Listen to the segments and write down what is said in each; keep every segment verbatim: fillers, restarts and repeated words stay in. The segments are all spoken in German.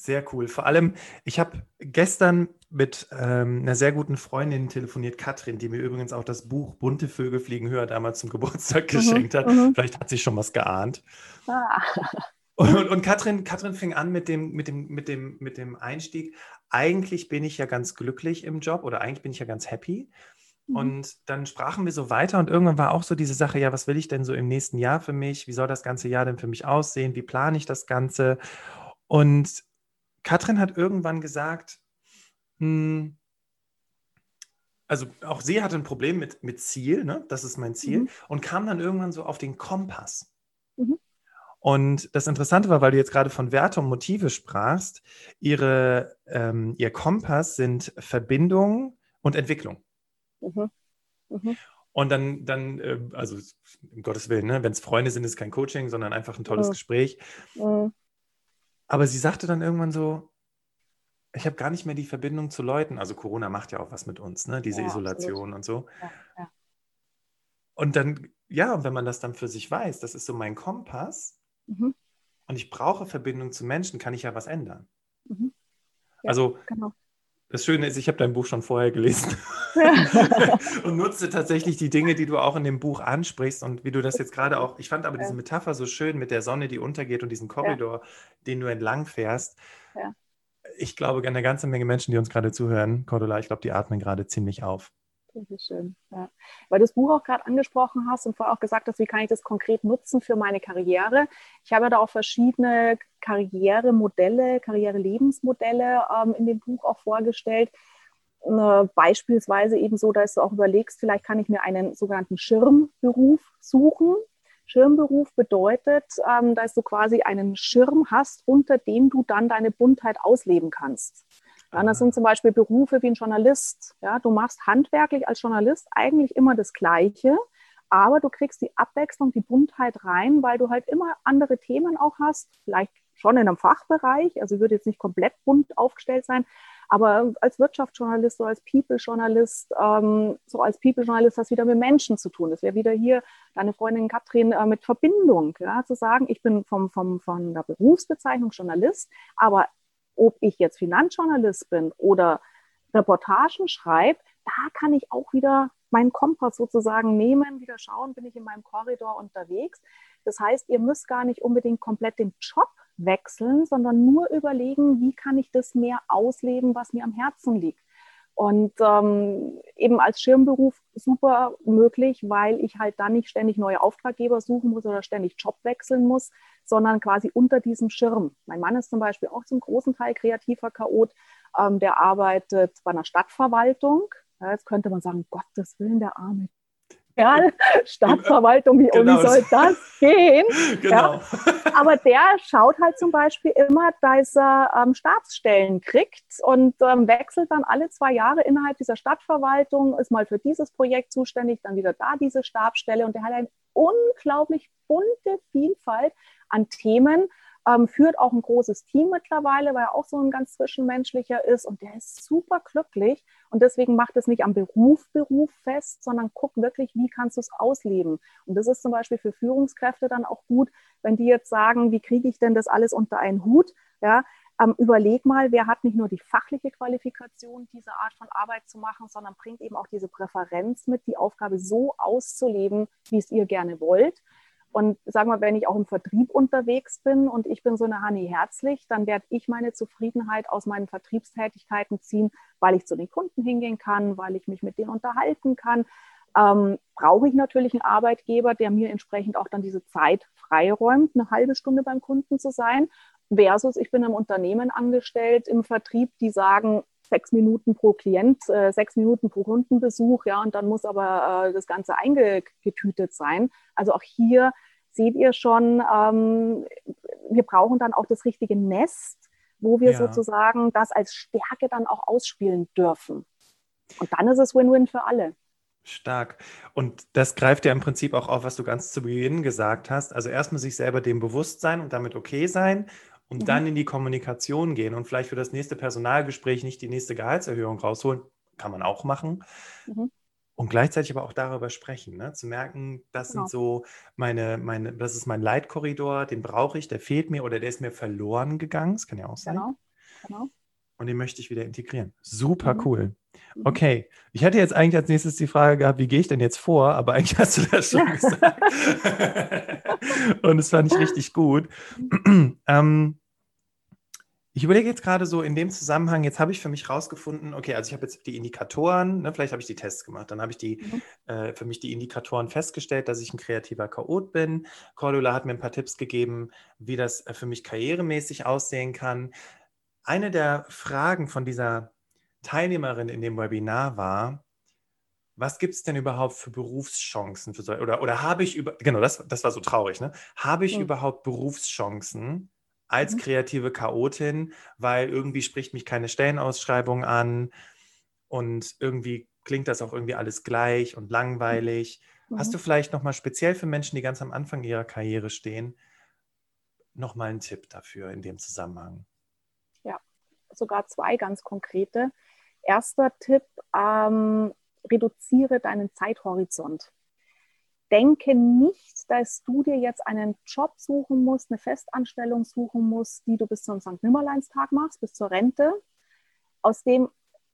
Sehr cool. Vor allem, ich habe gestern mit ähm, einer sehr guten Freundin telefoniert, Katrin, die mir übrigens auch das Buch Bunte Vögel fliegen höher damals zum Geburtstag Mhm, geschenkt hat. mhm. Vielleicht hat sie schon was geahnt. Ah. Und, und Katrin, Katrin fing an mit dem, mit dem, mit dem, mit dem Einstieg. Eigentlich bin ich ja ganz glücklich im Job oder eigentlich bin ich ja ganz happy. Mhm, Und dann sprachen wir so weiter und irgendwann war auch so diese Sache, ja, was will ich denn so im nächsten Jahr für mich? Wie soll das ganze Jahr denn für mich aussehen? Wie plane ich das Ganze? Und Katrin hat irgendwann gesagt, hm, also auch sie hatte ein Problem mit, mit Ziel, ne? Das ist mein Ziel, mhm, und kam dann irgendwann so auf den Kompass. mhm, Und das Interessante war, weil du jetzt gerade von Werte und Motive sprachst, ihre, ähm, ihr Kompass sind Verbindung und Entwicklung. mhm, mhm, Und dann, dann äh, also um Gottes Willen, ne? Wenn es Freunde sind, ist es kein Coaching, sondern einfach ein tolles mhm, Gespräch. mhm. Aber sie sagte dann irgendwann so, ich habe gar nicht mehr die Verbindung zu Leuten. Also Corona macht ja auch was mit uns, ne? Diese Ja, absolut. Isolation und so. Ja, ja. Und dann, ja, und wenn man das dann für sich weiß, das ist so mein Kompass Mhm, und ich brauche Verbindung zu Menschen, kann ich ja was ändern. mhm. Ja, Also genau. das Schöne ist, ich habe dein Buch schon vorher gelesen und nutze tatsächlich die Dinge, die du auch in dem Buch ansprichst und wie du das jetzt gerade auch, ich fand aber diese Ja, Metapher so schön mit der Sonne, die untergeht und diesem ja, Korridor, den du entlang fährst. ja. Ich glaube, eine ganze Menge Menschen, die uns gerade zuhören, Cordula, ich glaube, die atmen gerade ziemlich auf. Das ist schön. Ja. Weil du das Buch auch gerade angesprochen hast und vorher auch gesagt hast, wie kann ich das konkret nutzen für meine Karriere. Ich habe ja da auch verschiedene Karrieremodelle, Karrierelebensmodelle ähm, in dem Buch auch vorgestellt. Äh, beispielsweise eben so, dass du auch überlegst, vielleicht kann ich mir einen sogenannten Schirmberuf suchen. Schirmberuf bedeutet, ähm, dass du quasi einen Schirm hast, unter dem du dann deine Buntheit ausleben kannst. Ja, das sind Ah, zum Beispiel Berufe wie ein Journalist. Ja, du machst handwerklich als Journalist eigentlich immer das Gleiche, aber du kriegst die Abwechslung, die Buntheit rein, weil du halt immer andere Themen auch hast, vielleicht schon in einem Fachbereich, also ich würde jetzt nicht komplett bunt aufgestellt sein, aber als Wirtschaftsjournalist oder als People-Journalist, ähm, so als People-Journalist hast du wieder mit Menschen zu tun. Das wäre wieder hier deine Freundin Katrin äh, mit Verbindung, ja, zu sagen, ich bin vom, vom, von der Berufsbezeichnung Journalist, aber ob ich jetzt Finanzjournalist bin oder Reportagen schreibe, da kann ich auch wieder meinen Kompass sozusagen nehmen, wieder schauen, bin ich in meinem Korridor unterwegs. Das heißt, ihr müsst gar nicht unbedingt komplett den Job wechseln, sondern nur überlegen, wie kann ich das mehr ausleben, was mir am Herzen liegt. Und ähm, eben als Schirmberuf super möglich, weil ich halt dann nicht ständig neue Auftraggeber suchen muss oder ständig Job wechseln muss, sondern quasi unter diesem Schirm. Mein Mann ist zum Beispiel auch zum großen Teil kreativer Chaot. Ähm, der arbeitet bei einer Stadtverwaltung. Ja, jetzt könnte man sagen, Gottes Willen, der arme Kerl, im, äh, Stadtverwaltung, wie, oh, wie genau, soll das gehen? Ja, genau. aber der schaut halt zum Beispiel immer, dass er ähm, Stabsstellen kriegt und ähm, wechselt dann alle zwei Jahre innerhalb dieser Stadtverwaltung, ist mal für dieses Projekt zuständig, dann wieder da diese Stabsstelle und der hat eine unglaublich bunte Vielfalt an Themen, ähm, führt auch ein großes Team mittlerweile, weil er auch so ein ganz zwischenmenschlicher ist und der ist super glücklich und deswegen macht es nicht am Beruf Beruf fest, sondern guckt wirklich, wie kannst du es ausleben. Und das ist zum Beispiel für Führungskräfte dann auch gut, wenn die jetzt sagen, wie kriege ich denn das alles unter einen Hut? Ja, ähm, überleg mal, wer hat nicht nur die fachliche Qualifikation, diese Art von Arbeit zu machen, sondern bringt eben auch diese Präferenz mit, die Aufgabe so auszuleben, wie es ihr gerne wollt. Und sagen wir, wenn ich auch im Vertrieb unterwegs bin und ich bin so eine Hanni Herzlich, dann werde ich meine Zufriedenheit aus meinen Vertriebstätigkeiten ziehen, weil ich zu den Kunden hingehen kann, weil ich mich mit denen unterhalten kann. Ähm, brauche ich natürlich einen Arbeitgeber, der mir entsprechend auch dann diese Zeit freiräumt, eine halbe Stunde beim Kunden zu sein, versus ich bin im Unternehmen angestellt, im Vertrieb, die sagen, sechs Minuten pro Klient, äh, sechs Minuten pro Kundenbesuch, ja, und dann muss aber äh, das Ganze eingetütet sein. Also auch hier seht ihr schon, ähm, wir brauchen dann auch das richtige Nest, wo wir Ja, sozusagen das als Stärke dann auch ausspielen dürfen. Und dann ist es Win-Win für alle. stark. Und das greift ja im Prinzip auch auf, was du ganz zu Beginn gesagt hast. Also erstmal sich selber dem bewusst sein und damit okay sein und Mhm. dann in die Kommunikation gehen und vielleicht für das nächste Personalgespräch nicht die nächste Gehaltserhöhung rausholen. Kann man auch machen. Mhm. Und gleichzeitig aber auch darüber sprechen, ne? Zu merken, das sind Genau. so meine, meine, das ist mein Leitkorridor, den brauche ich, der fehlt mir oder der ist mir verloren gegangen. Das kann ja auch sein. Genau. Genau. Und den möchte ich wieder integrieren. Super Mhm. cool. Okay, ich hätte jetzt eigentlich als nächstes die Frage gehabt, wie gehe ich denn jetzt vor? Aber eigentlich hast du das schon gesagt. Und das fand ich richtig gut. ähm, ich überlege jetzt gerade so in dem Zusammenhang, jetzt habe ich für mich rausgefunden, okay, also ich habe jetzt die Indikatoren, ne, vielleicht habe ich die Tests gemacht, dann habe ich die, Mhm. äh, für mich die Indikatoren festgestellt, dass ich ein kreativer Chaot bin. Cordula hat mir ein paar Tipps gegeben, wie das äh, für mich karrieremäßig aussehen kann. Eine der Fragen von dieser Teilnehmerin in dem Webinar war, was gibt es denn überhaupt für Berufschancen für so, oder, oder habe ich über, genau, das, das war so traurig, ne? Habe ich Mhm. überhaupt Berufschancen als Mhm. kreative Chaotin, weil irgendwie spricht mich keine Stellenausschreibung an und irgendwie klingt das auch irgendwie alles gleich und langweilig. Hast Mhm. du vielleicht nochmal speziell für Menschen, die ganz am Anfang ihrer Karriere stehen, nochmal einen Tipp dafür in dem Zusammenhang? Ja, sogar zwei ganz konkrete. Erster Tipp, ähm, reduziere deinen Zeithorizont. Denke nicht, dass du dir jetzt einen Job suchen musst, eine Festanstellung suchen musst, die du bis zum Sankt Nimmerleinstag machst, bis zur Rente. Aus dem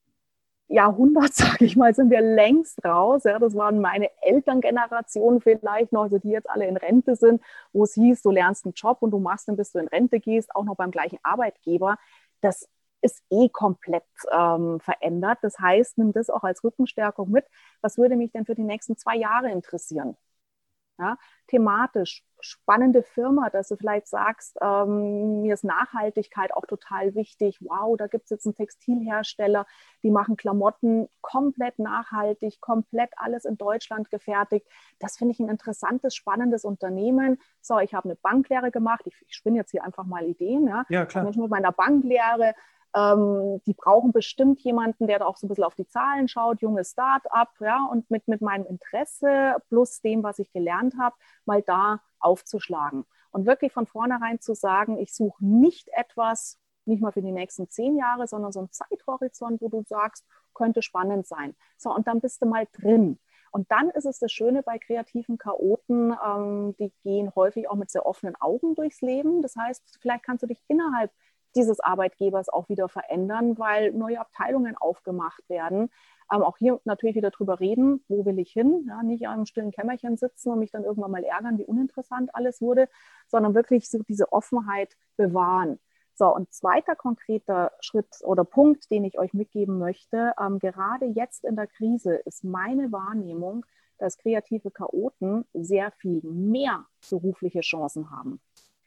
Jahrhundert, sage ich mal, sind wir längst raus. Ja, das waren meine Elterngeneration vielleicht noch, also die jetzt alle in Rente sind, wo es hieß, du lernst einen Job und du machst den, bis du in Rente gehst, auch noch beim gleichen Arbeitgeber. Das ist eh komplett ähm, verändert. Das heißt, nimm das auch als Rückenstärkung mit. Was würde mich denn für die nächsten zwei Jahre interessieren? Ja, thematisch spannende Firma, dass du vielleicht sagst, ähm, mir ist Nachhaltigkeit auch total wichtig. Wow, da gibt es jetzt einen Textilhersteller, die machen Klamotten komplett nachhaltig, komplett alles in Deutschland gefertigt. Das finde ich ein interessantes, spannendes Unternehmen. So, ich habe eine Banklehre gemacht. Ich, ich spinne jetzt hier einfach mal Ideen. Ja. Ja, Ich habe klar. mich mit meiner Banklehre ähm, die brauchen bestimmt jemanden, der da auch so ein bisschen auf die Zahlen schaut, junges Start-up, ja, und mit, mit meinem Interesse plus dem, was ich gelernt habe, mal da aufzuschlagen. Und wirklich von vornherein zu sagen, ich suche nicht etwas, nicht mal für die nächsten zehn Jahre, sondern so einen Zeithorizont, wo du sagst, könnte spannend sein. So, und dann bist du mal drin. Und dann ist es das Schöne bei kreativen Chaoten, ähm, die gehen häufig auch mit sehr offenen Augen durchs Leben. Das heißt, vielleicht kannst du dich innerhalb dieses Arbeitgebers auch wieder verändern, weil neue Abteilungen aufgemacht werden. Ähm, auch hier natürlich wieder drüber reden, wo will ich hin? Ja, nicht am stillen Kämmerchen sitzen und mich dann irgendwann mal ärgern, wie uninteressant alles wurde, sondern wirklich so diese Offenheit bewahren. So, und zweiter konkreter Schritt oder Punkt, den ich euch mitgeben möchte, ähm, gerade jetzt in der Krise ist meine Wahrnehmung, dass kreative Chaoten sehr viel mehr berufliche Chancen haben.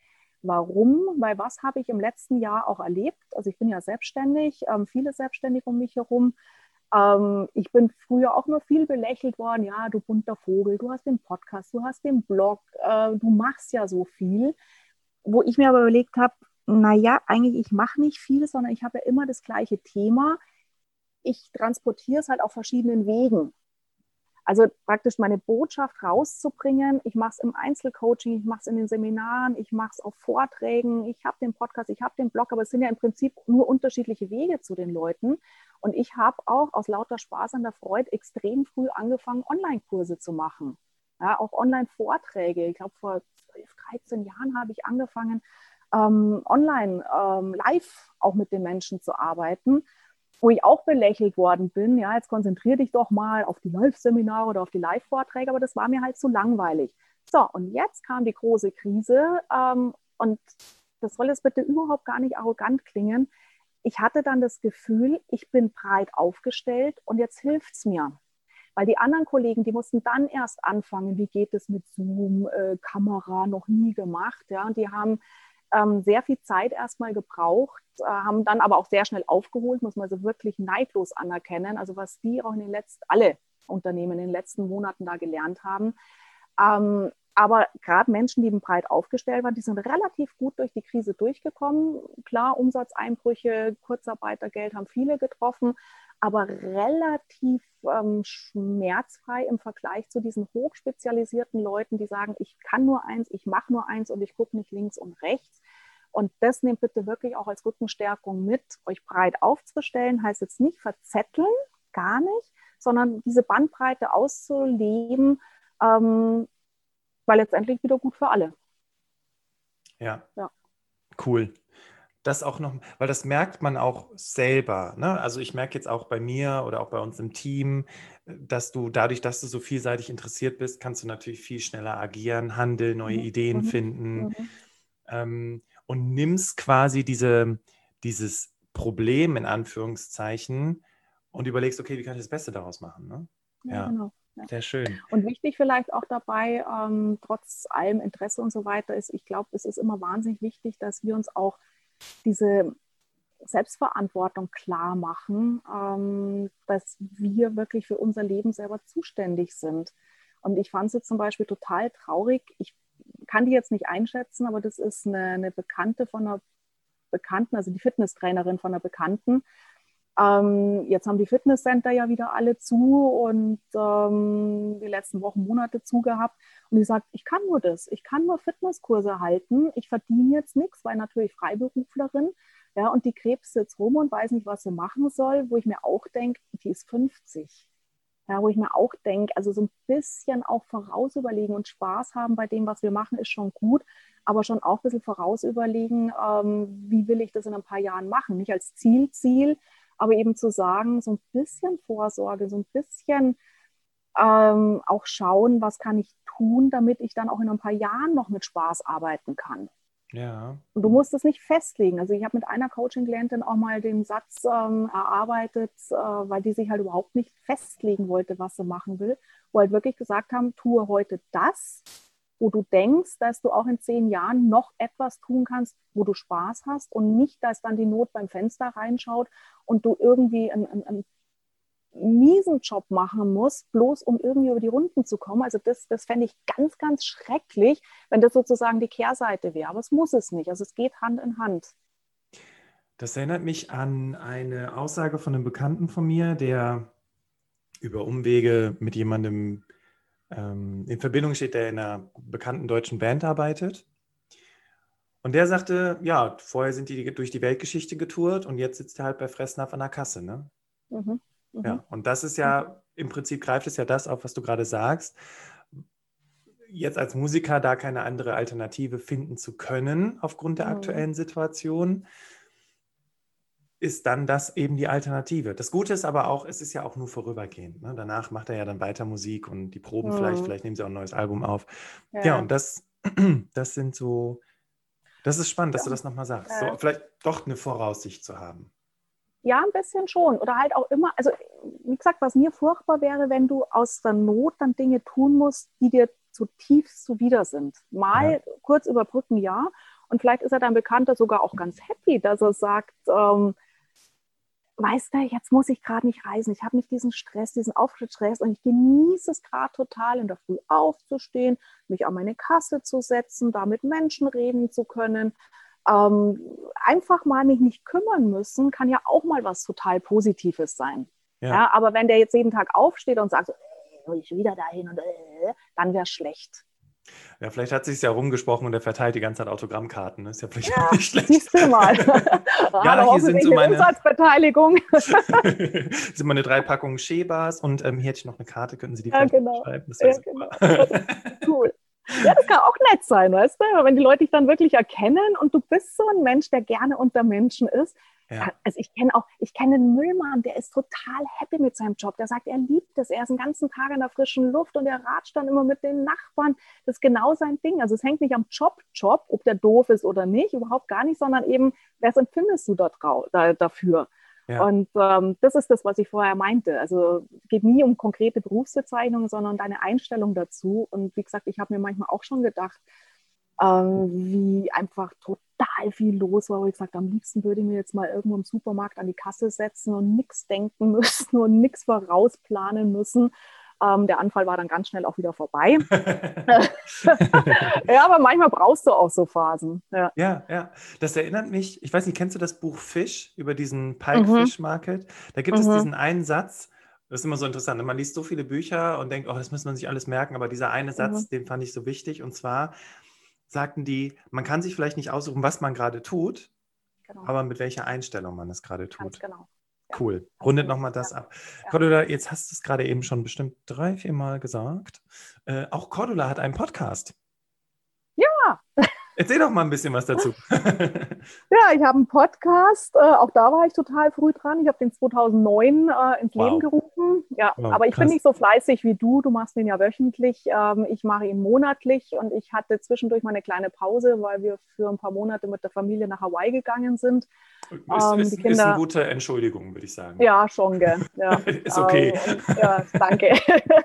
Warum? Weil was habe ich im letzten Jahr auch erlebt? Also ich bin ja selbstständig, ähm, viele selbstständig um mich herum. Ähm, ich bin früher auch nur viel belächelt worden. Ja, du bunter Vogel, du hast den Podcast, du hast den Blog, äh, du machst ja so viel. Wo ich mir aber überlegt habe, naja, eigentlich ich mache nicht viel, sondern ich habe ja immer das gleiche Thema. Ich transportiere es halt auf verschiedenen Wegen. Also praktisch meine Botschaft rauszubringen. Ich mache es im Einzelcoaching, ich mache es in den Seminaren, ich mache es auf Vorträgen, ich habe den Podcast, ich habe den Blog, aber es sind ja im Prinzip nur unterschiedliche Wege zu den Leuten. Und ich habe auch aus lauter Spaß an der Freude extrem früh angefangen, Online-Kurse zu machen. Ja, auch Online-Vorträge. Ich glaube, vor zwölf, dreizehn Jahren habe ich angefangen, ähm, online, ähm, live auch mit den Menschen zu arbeiten, wo ich auch belächelt worden bin, ja, jetzt konzentrier dich doch mal auf die Live-Seminare oder auf die Live-Vorträge, aber das war mir halt zu langweilig. So, und jetzt kam die große Krise ähm, und das soll jetzt bitte überhaupt gar nicht arrogant klingen. Ich hatte dann das Gefühl, ich bin breit aufgestellt und jetzt hilft es mir. Weil die anderen Kollegen, die mussten dann erst anfangen, wie geht es mit Zoom, äh, Kamera, noch nie gemacht. Ja? Und die haben ähm, sehr viel Zeit erstmal gebraucht, äh, haben dann aber auch sehr schnell aufgeholt, muss man so wirklich neidlos anerkennen. Also was die auch in den letzten, alle Unternehmen in den letzten Monaten da gelernt haben. Ähm, aber gerade Menschen, die breit aufgestellt waren, die sind relativ gut durch die Krise durchgekommen. Klar, Umsatzeinbrüche, Kurzarbeitergeld haben viele getroffen, aber relativ ähm, schmerzfrei im Vergleich zu diesen hochspezialisierten Leuten, die sagen, ich kann nur eins, ich mache nur eins und ich gucke nicht links und rechts. Und das nehmt bitte wirklich auch als Rückenstärkung mit, euch breit aufzustellen, heißt jetzt nicht verzetteln, gar nicht, sondern diese Bandbreite auszuleben, ähm, weil letztendlich wieder gut für alle. Ja, Ja. cool. das auch noch, weil das merkt man auch selber, ne? Also ich merke jetzt auch bei mir oder auch bei uns im Team, dass du dadurch, dass du so vielseitig interessiert bist, kannst du natürlich viel schneller agieren, handeln, neue Mhm. Ideen Mhm. finden, Mhm. ähm, und nimmst quasi diese, dieses Problem in Anführungszeichen und überlegst, okay, wie kann ich das Beste daraus machen, ne? Ja, Ja, genau. Ja. sehr schön. Und wichtig vielleicht auch dabei, ähm, trotz allem Interesse und so weiter, ist, ich glaube, es ist immer wahnsinnig wichtig, dass wir uns auch diese Selbstverantwortung klar machen, ähm, dass wir wirklich für unser Leben selber zuständig sind. Und ich fand es jetzt zum Beispiel total traurig. Ich kann die jetzt nicht einschätzen, aber das ist eine, eine Bekannte von einer Bekannten, also die Fitnesstrainerin von einer Bekannten. Ähm, jetzt haben die Fitnesscenter ja wieder alle zu und ähm, die letzten Wochen, Monate zu gehabt. Und die sagt, ich kann nur das. Ich kann nur Fitnesskurse halten. Ich verdiene jetzt nichts, weil natürlich Freiberuflerin. Ja, und die krebst jetzt rum und weiß nicht, was sie machen soll, wo ich mir auch denke, die ist fünfzig. Ja, wo ich mir auch denke, also so ein bisschen auch vorausüberlegen und Spaß haben bei dem, was wir machen, ist schon gut, aber schon auch ein bisschen vorausüberlegen, ähm, wie will ich das in ein paar Jahren machen. Nicht als Ziel, Ziel, aber eben zu sagen, so ein bisschen Vorsorge, so ein bisschen ähm, auch schauen, was kann ich tun, damit ich dann auch in ein paar Jahren noch mit Spaß arbeiten kann. Ja. Und du musst es nicht festlegen. Also ich habe mit einer Coaching-Klientin auch mal den Satz ähm, erarbeitet, äh, weil die sich halt überhaupt nicht festlegen wollte, was sie machen will, wo halt wirklich gesagt haben, tue heute das, wo du denkst, dass du auch in zehn Jahren noch etwas tun kannst, wo du Spaß hast und nicht, dass dann die Not beim Fenster reinschaut und du irgendwie ein, ein, ein miesen Job machen muss, bloß um irgendwie über die Runden zu kommen. Also das, das fände ich ganz, ganz schrecklich, wenn das sozusagen die Kehrseite wäre. Aber es muss es nicht. Also es geht Hand in Hand. Das erinnert mich an eine Aussage von einem Bekannten von mir, der über Umwege mit jemandem ähm, in Verbindung steht, der in einer bekannten deutschen Band arbeitet. Und der sagte, ja, vorher sind die durch die Weltgeschichte getourt und jetzt sitzt er halt bei Fressnapf an der Kasse, ne? Mhm. Mhm. Ja, und das ist Mhm. ja, im Prinzip greift es ja das auf, was du gerade sagst. Jetzt als Musiker da keine andere Alternative finden zu können aufgrund der Mhm. aktuellen Situation, ist dann das eben die Alternative. Das Gute ist aber auch, es ist ja auch nur vorübergehend. Ne? Danach macht er ja dann weiter Musik und die Proben vielleicht, Mhm. vielleicht nehmen sie auch ein neues Album auf. Ja, Ja, und das, das sind so, das ist spannend, dass ja. du das nochmal sagst. So, Ja. vielleicht doch eine Voraussicht zu haben. Ja, ein bisschen schon. Oder halt auch immer, also wie gesagt, was mir furchtbar wäre, wenn du aus der Not dann Dinge tun musst, die dir zutiefst zuwider sind. Ja, Mal kurz überbrücken, ja. Und vielleicht ist er dann Bekannter sogar auch ganz happy, dass er sagt, ähm, weißt du, jetzt muss ich gerade nicht reisen. Ich habe nicht diesen Stress, diesen Aufstiegsstress und ich genieße es gerade total, in der Früh aufzustehen, mich an meine Kasse zu setzen, da mit Menschen reden zu können. Ähm, einfach mal mich nicht kümmern müssen, kann ja auch mal was total Positives sein. ja. Ja, aber wenn der jetzt jeden Tag aufsteht und sagt, so, äh, will ich wieder dahin und äh, dann wäre es schlecht. Ja, vielleicht hat sich ja rumgesprochen und er verteilt die ganze Zeit Autogrammkarten. Das ist ja vielleicht auch Ja, nicht schlecht. siehst du mal. Ja, Hallo, hier sind hoffentlich so eine meine, Umsatzbeteiligung. sind meine drei Packungen Shebas und ähm, hier hätte ich noch eine Karte, könnten Sie die Ja, vielleicht genau. schreiben? Das wäre Ja, super. genau. Ja, das ist cool. Ja, das kann auch nett sein, weißt du? Aber wenn die Leute dich dann wirklich erkennen und du bist so ein Mensch, der gerne unter Menschen ist. Ja. Also ich kenne auch, ich kenne einen Müllmann, der ist total happy mit seinem Job. Der sagt, er liebt es. Er ist den ganzen Tag in der frischen Luft und er ratscht dann immer mit den Nachbarn. Das ist genau sein Ding. Also es hängt nicht am Job, Job, ob der doof ist oder nicht, überhaupt gar nicht, sondern eben, was empfindest du da drau- da, dafür? Ja. Und ähm, das ist das, was ich vorher meinte. Also es geht nie um konkrete Berufsbezeichnungen, sondern deine Einstellung dazu. Und wie gesagt, ich habe mir manchmal auch schon gedacht, ähm, wie einfach total viel los war, wo ich gesagt habe, am liebsten würde ich mir jetzt mal irgendwo im Supermarkt an die Kasse setzen und nichts denken müssen und nichts vorausplanen müssen. Ähm, der Anfall war dann ganz schnell auch wieder vorbei. Ja, aber manchmal brauchst du auch so Phasen. Ja, Ja, ja. Das erinnert mich, ich weiß nicht, kennst du das Buch Fish über diesen Pike mhm. Fish Market? Da gibt es Mhm. diesen einen Satz, das ist immer so interessant. Man liest so viele Bücher und denkt, oh, das muss man sich alles merken, aber dieser eine Satz, Mhm. den fand ich so wichtig. Und zwar sagten die, man kann sich vielleicht nicht aussuchen, was man gerade tut, Genau, aber mit welcher Einstellung man es gerade ganz tut. genau. Ja, Cool. ganz Rundet genau. nochmal Ja, das ab. ja. Cordula, jetzt hast du es gerade eben schon bestimmt drei, vier Mal gesagt. Äh, auch Cordula hat einen Podcast. Ja, Erzähl doch mal ein bisschen was dazu. Ja, ich habe einen Podcast, äh, auch da war ich total früh dran. Ich habe den zweitausendneun äh, ins Leben Wow. gerufen. Ja, Wow, aber ich bin krass. nicht so fleißig wie du. Du machst den ja wöchentlich. Ähm, ich mache ihn monatlich und ich hatte zwischendurch mal eine kleine Pause, weil wir für ein paar Monate mit der Familie nach Hawaii gegangen sind. Ist, Ähm, die ist, ist eine Kinder, gute Entschuldigung, würde ich sagen. ja, schon, gell. Ja, Ist ähm, okay. und, ja, danke.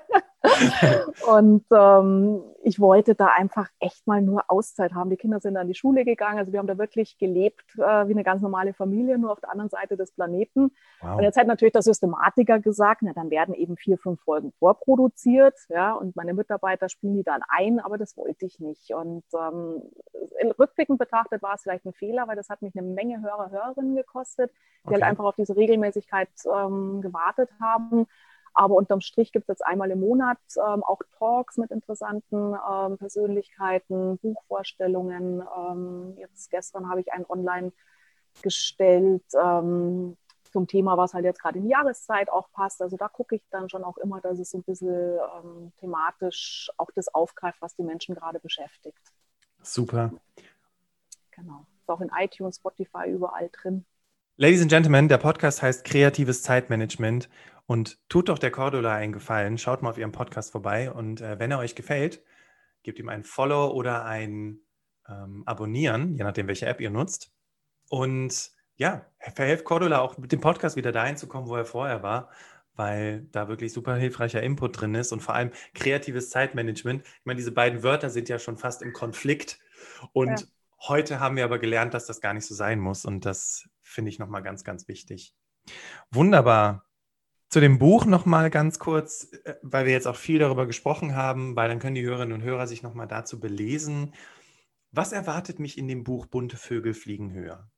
Und ähm, ich wollte da einfach echt mal nur Auszeit haben. Die Kinder sind an die Schule gegangen. Also wir haben da wirklich gelebt äh, wie eine ganz normale Familie, nur auf der anderen Seite des Planeten. Und Wow. jetzt hat natürlich der Systematiker gesagt, na, dann werden eben vier, fünf Folgen vorproduziert. Ja, und meine Mitarbeiter spielen die dann ein, aber das wollte ich nicht. Und ähm, rückblickend betrachtet war es vielleicht ein Fehler, weil das hat mich eine Menge Hörer, Hörerinnen gekostet, die halt Okay. einfach auf diese Regelmäßigkeit ähm, gewartet haben. Aber unterm Strich gibt es jetzt einmal im Monat ähm, auch Talks mit interessanten ähm, Persönlichkeiten, Buchvorstellungen. Ähm, jetzt gestern habe ich einen online gestellt ähm, zum Thema, was halt jetzt gerade in die Jahreszeit auch passt. Also da gucke ich dann schon auch immer, dass es so ein bisschen ähm, thematisch auch das aufgreift, was die Menschen gerade beschäftigt. Super. Genau. Ist auch in iTunes, Spotify, überall drin. Ladies and Gentlemen, der Podcast heißt Kreatives Zeitmanagement und tut doch der Cordula einen Gefallen. Schaut mal auf ihrem Podcast vorbei und äh, wenn er euch gefällt, gebt ihm ein Follow oder ein ähm, Abonnieren, je nachdem, welche App ihr nutzt. Und ja, verhelft Cordula auch mit dem Podcast wieder dahin zu kommen, wo er vorher war, weil da wirklich super hilfreicher Input drin ist und vor allem kreatives Zeitmanagement. Ich meine, diese beiden Wörter sind ja schon fast im Konflikt und Ja. heute haben wir aber gelernt, dass das gar nicht so sein muss und das finde ich nochmal ganz, ganz wichtig. Wunderbar. Zu dem Buch nochmal ganz kurz, weil wir jetzt auch viel darüber gesprochen haben, weil dann können die Hörerinnen und Hörer sich nochmal dazu belesen. Was erwartet mich in dem Buch Bunte Vögel fliegen höher?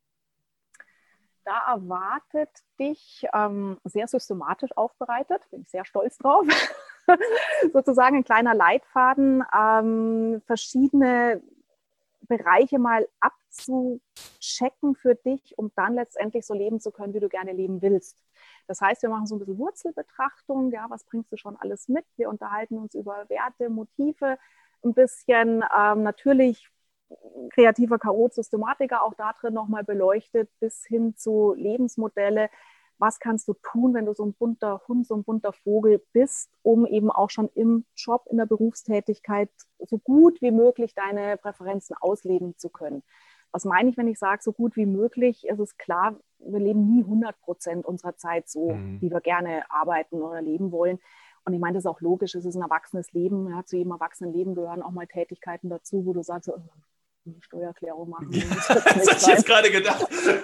Da erwartet dich ähm, sehr systematisch aufbereitet, bin ich sehr stolz drauf, sozusagen ein kleiner Leitfaden, ähm, verschiedene Bereiche mal abzuchecken für dich, um dann letztendlich so leben zu können, wie du gerne leben willst. Das heißt, wir machen so ein bisschen Wurzelbetrachtung, ja, was bringst du schon alles mit? Wir unterhalten uns über Werte, Motive, ein bisschen ähm, natürlich kreativer Chaot, Systematiker auch da drin nochmal beleuchtet, bis hin zu Lebensmodelle. Was kannst du tun, wenn du so ein bunter Hund, so ein bunter Vogel bist, um eben auch schon im Job, in der Berufstätigkeit so gut wie möglich deine Präferenzen ausleben zu können. Was meine ich, wenn ich sage, so gut wie möglich? Es ist klar, wir leben nie hundert Prozent unserer Zeit so, Mhm. wie wir gerne arbeiten oder leben wollen. Und ich meine, das ist auch logisch, es ist ein erwachsenes Leben. Ja, zu jedem erwachsenen Leben gehören auch mal Tätigkeiten dazu, wo du sagst, oh, Steuererklärung machen. Ja, Das, das habe ich jetzt gerade gedacht.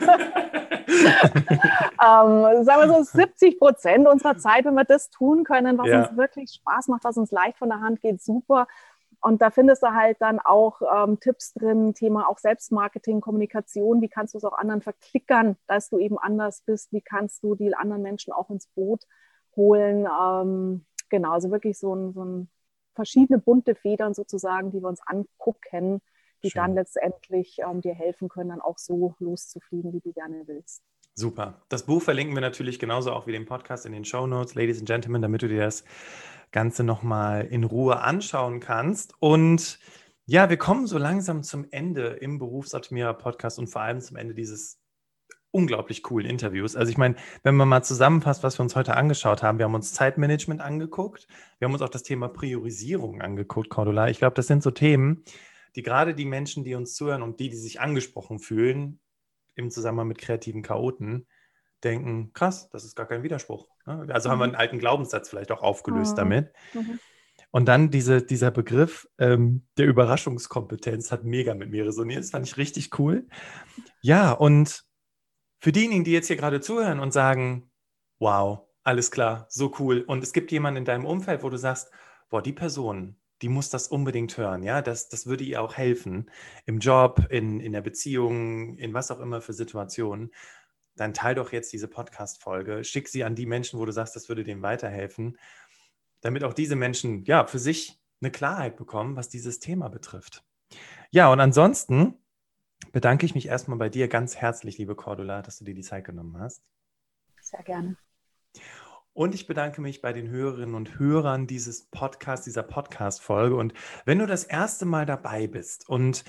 ähm, sagen wir so, siebzig Prozent unserer Zeit, wenn wir das tun können, was Ja. uns wirklich Spaß macht, was uns leicht von der Hand geht, super. Und da findest du halt dann auch ähm, Tipps drin, Thema auch Selbstmarketing, Kommunikation, wie kannst du es auch anderen verklickern, dass du eben anders bist, wie kannst du die anderen Menschen auch ins Boot holen. Ähm, genau, also wirklich so ein, so ein verschiedene bunte Federn sozusagen, die wir uns angucken, die Schön. dann letztendlich ähm, dir helfen können, dann auch so loszufliegen, wie du gerne willst. Super. Das Buch verlinken wir natürlich genauso auch wie den Podcast in den Shownotes, Ladies and Gentlemen, damit du dir das Ganze nochmal in Ruhe anschauen kannst. Und ja, wir kommen so langsam zum Ende im Berufsoptimierer-Podcast und vor allem zum Ende dieses unglaublich coolen Interviews. Also ich meine, wenn man mal zusammenfasst, was wir uns heute angeschaut haben, wir haben uns Zeitmanagement angeguckt, wir haben uns auch das Thema Priorisierung angeguckt, Cordula. Ich glaube, das sind so Themen, die gerade die Menschen, die uns zuhören und die, die sich angesprochen fühlen, im Zusammenhang mit kreativen Chaoten, denken, krass, das ist gar kein Widerspruch. Also mhm. haben wir einen alten Glaubenssatz vielleicht auch aufgelöst mhm. damit. Mhm. Und dann diese, dieser Begriff ähm, der Überraschungskompetenz hat mega mit mir resoniert. Das fand ich richtig cool. Ja, und für diejenigen, die jetzt hier gerade zuhören und sagen, wow, alles klar, so cool. Und es gibt jemanden in deinem Umfeld, wo du sagst, boah, die Person, die muss das unbedingt hören. Ja, das, das würde ihr auch helfen. Im Job, in, in der Beziehung, in was auch immer für Situationen. Dann teil doch jetzt diese Podcast-Folge. Schick sie an die Menschen, wo du sagst, das würde denen weiterhelfen, damit auch diese Menschen ja für sich eine Klarheit bekommen, was dieses Thema betrifft. Ja, und ansonsten bedanke ich mich erstmal bei dir ganz herzlich, liebe Cordula, dass du dir die Zeit genommen hast. Sehr gerne. Und ich bedanke mich bei den Hörerinnen und Hörern dieses Podcasts, dieser Podcast-Folge. Und wenn du das erste Mal dabei bist und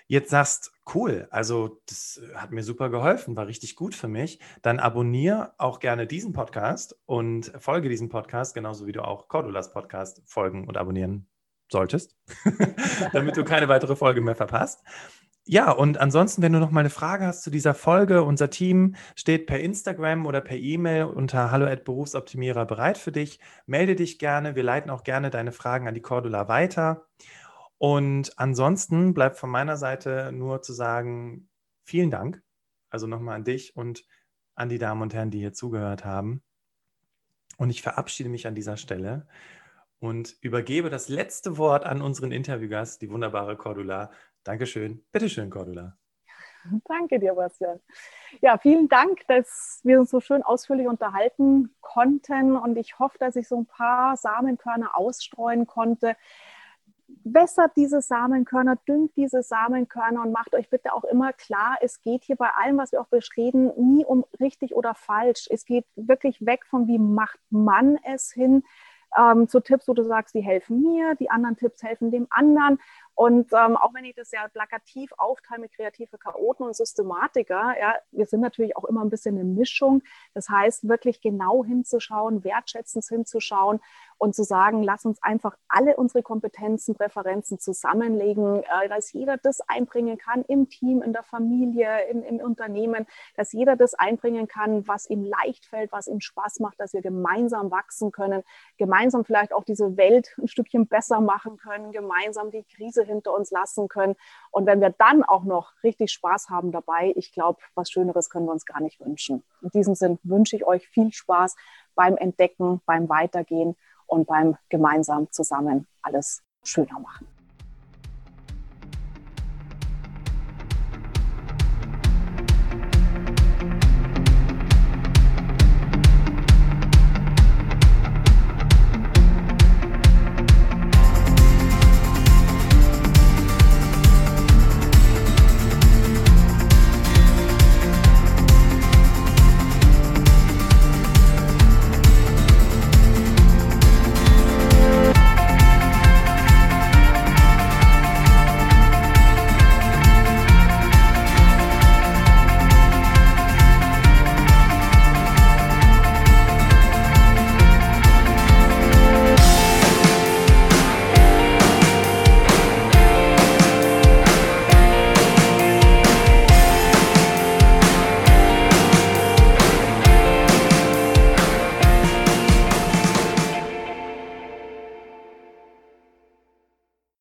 jetzt sagst, cool, also das hat mir super geholfen, war richtig gut für mich, dann abonniere auch gerne diesen Podcast und folge diesem Podcast, genauso wie du auch Cordulas Podcast folgen und abonnieren solltest, damit du keine weitere Folge mehr verpasst. Ja, und ansonsten, wenn du noch mal eine Frage hast zu dieser Folge, unser Team steht per Instagram oder per E-Mail unter hallo at berufsoptimierer bereit für dich. Melde dich gerne. Wir leiten auch gerne deine Fragen an die Cordula weiter. Und ansonsten bleibt von meiner Seite nur zu sagen, vielen Dank. Also nochmal an dich und an die Damen und Herren, die hier zugehört haben. Und ich verabschiede mich an dieser Stelle und übergebe das letzte Wort an unseren Interviewgast, die wunderbare Cordula. Dankeschön. Bitteschön, Cordula. Danke dir, Bastian. Ja, vielen Dank, dass wir uns so schön ausführlich unterhalten konnten. Und ich hoffe, dass ich so ein paar Samenkörner ausstreuen konnte. Wässert diese Samenkörner, düngt diese Samenkörner und macht euch bitte auch immer klar, es geht hier bei allem, was wir auch beschreiben, nie um richtig oder falsch. Es geht wirklich weg von, wie macht man es, hin ähm, zu Tipps, wo du sagst, die helfen mir, die anderen Tipps helfen dem anderen. Und ähm, auch wenn ich das ja plakativ aufteile mit kreative Chaoten und Systematiker, ja, wir sind natürlich auch immer ein bisschen eine Mischung. Das heißt, wirklich genau hinzuschauen, wertschätzend hinzuschauen und zu sagen, lass uns einfach alle unsere Kompetenzen, Präferenzen zusammenlegen, äh, dass jeder das einbringen kann im Team, in der Familie, im, im Unternehmen, dass jeder das einbringen kann, was ihm leicht fällt, was ihm Spaß macht, dass wir gemeinsam wachsen können, gemeinsam vielleicht auch diese Welt ein Stückchen besser machen können, gemeinsam die Krise hinter uns lassen können. Und wenn wir dann auch noch richtig Spaß haben dabei, ich glaube, was Schöneres können wir uns gar nicht wünschen. In diesem Sinn wünsche ich euch viel Spaß beim Entdecken, beim Weitergehen und beim gemeinsam zusammen alles schöner machen.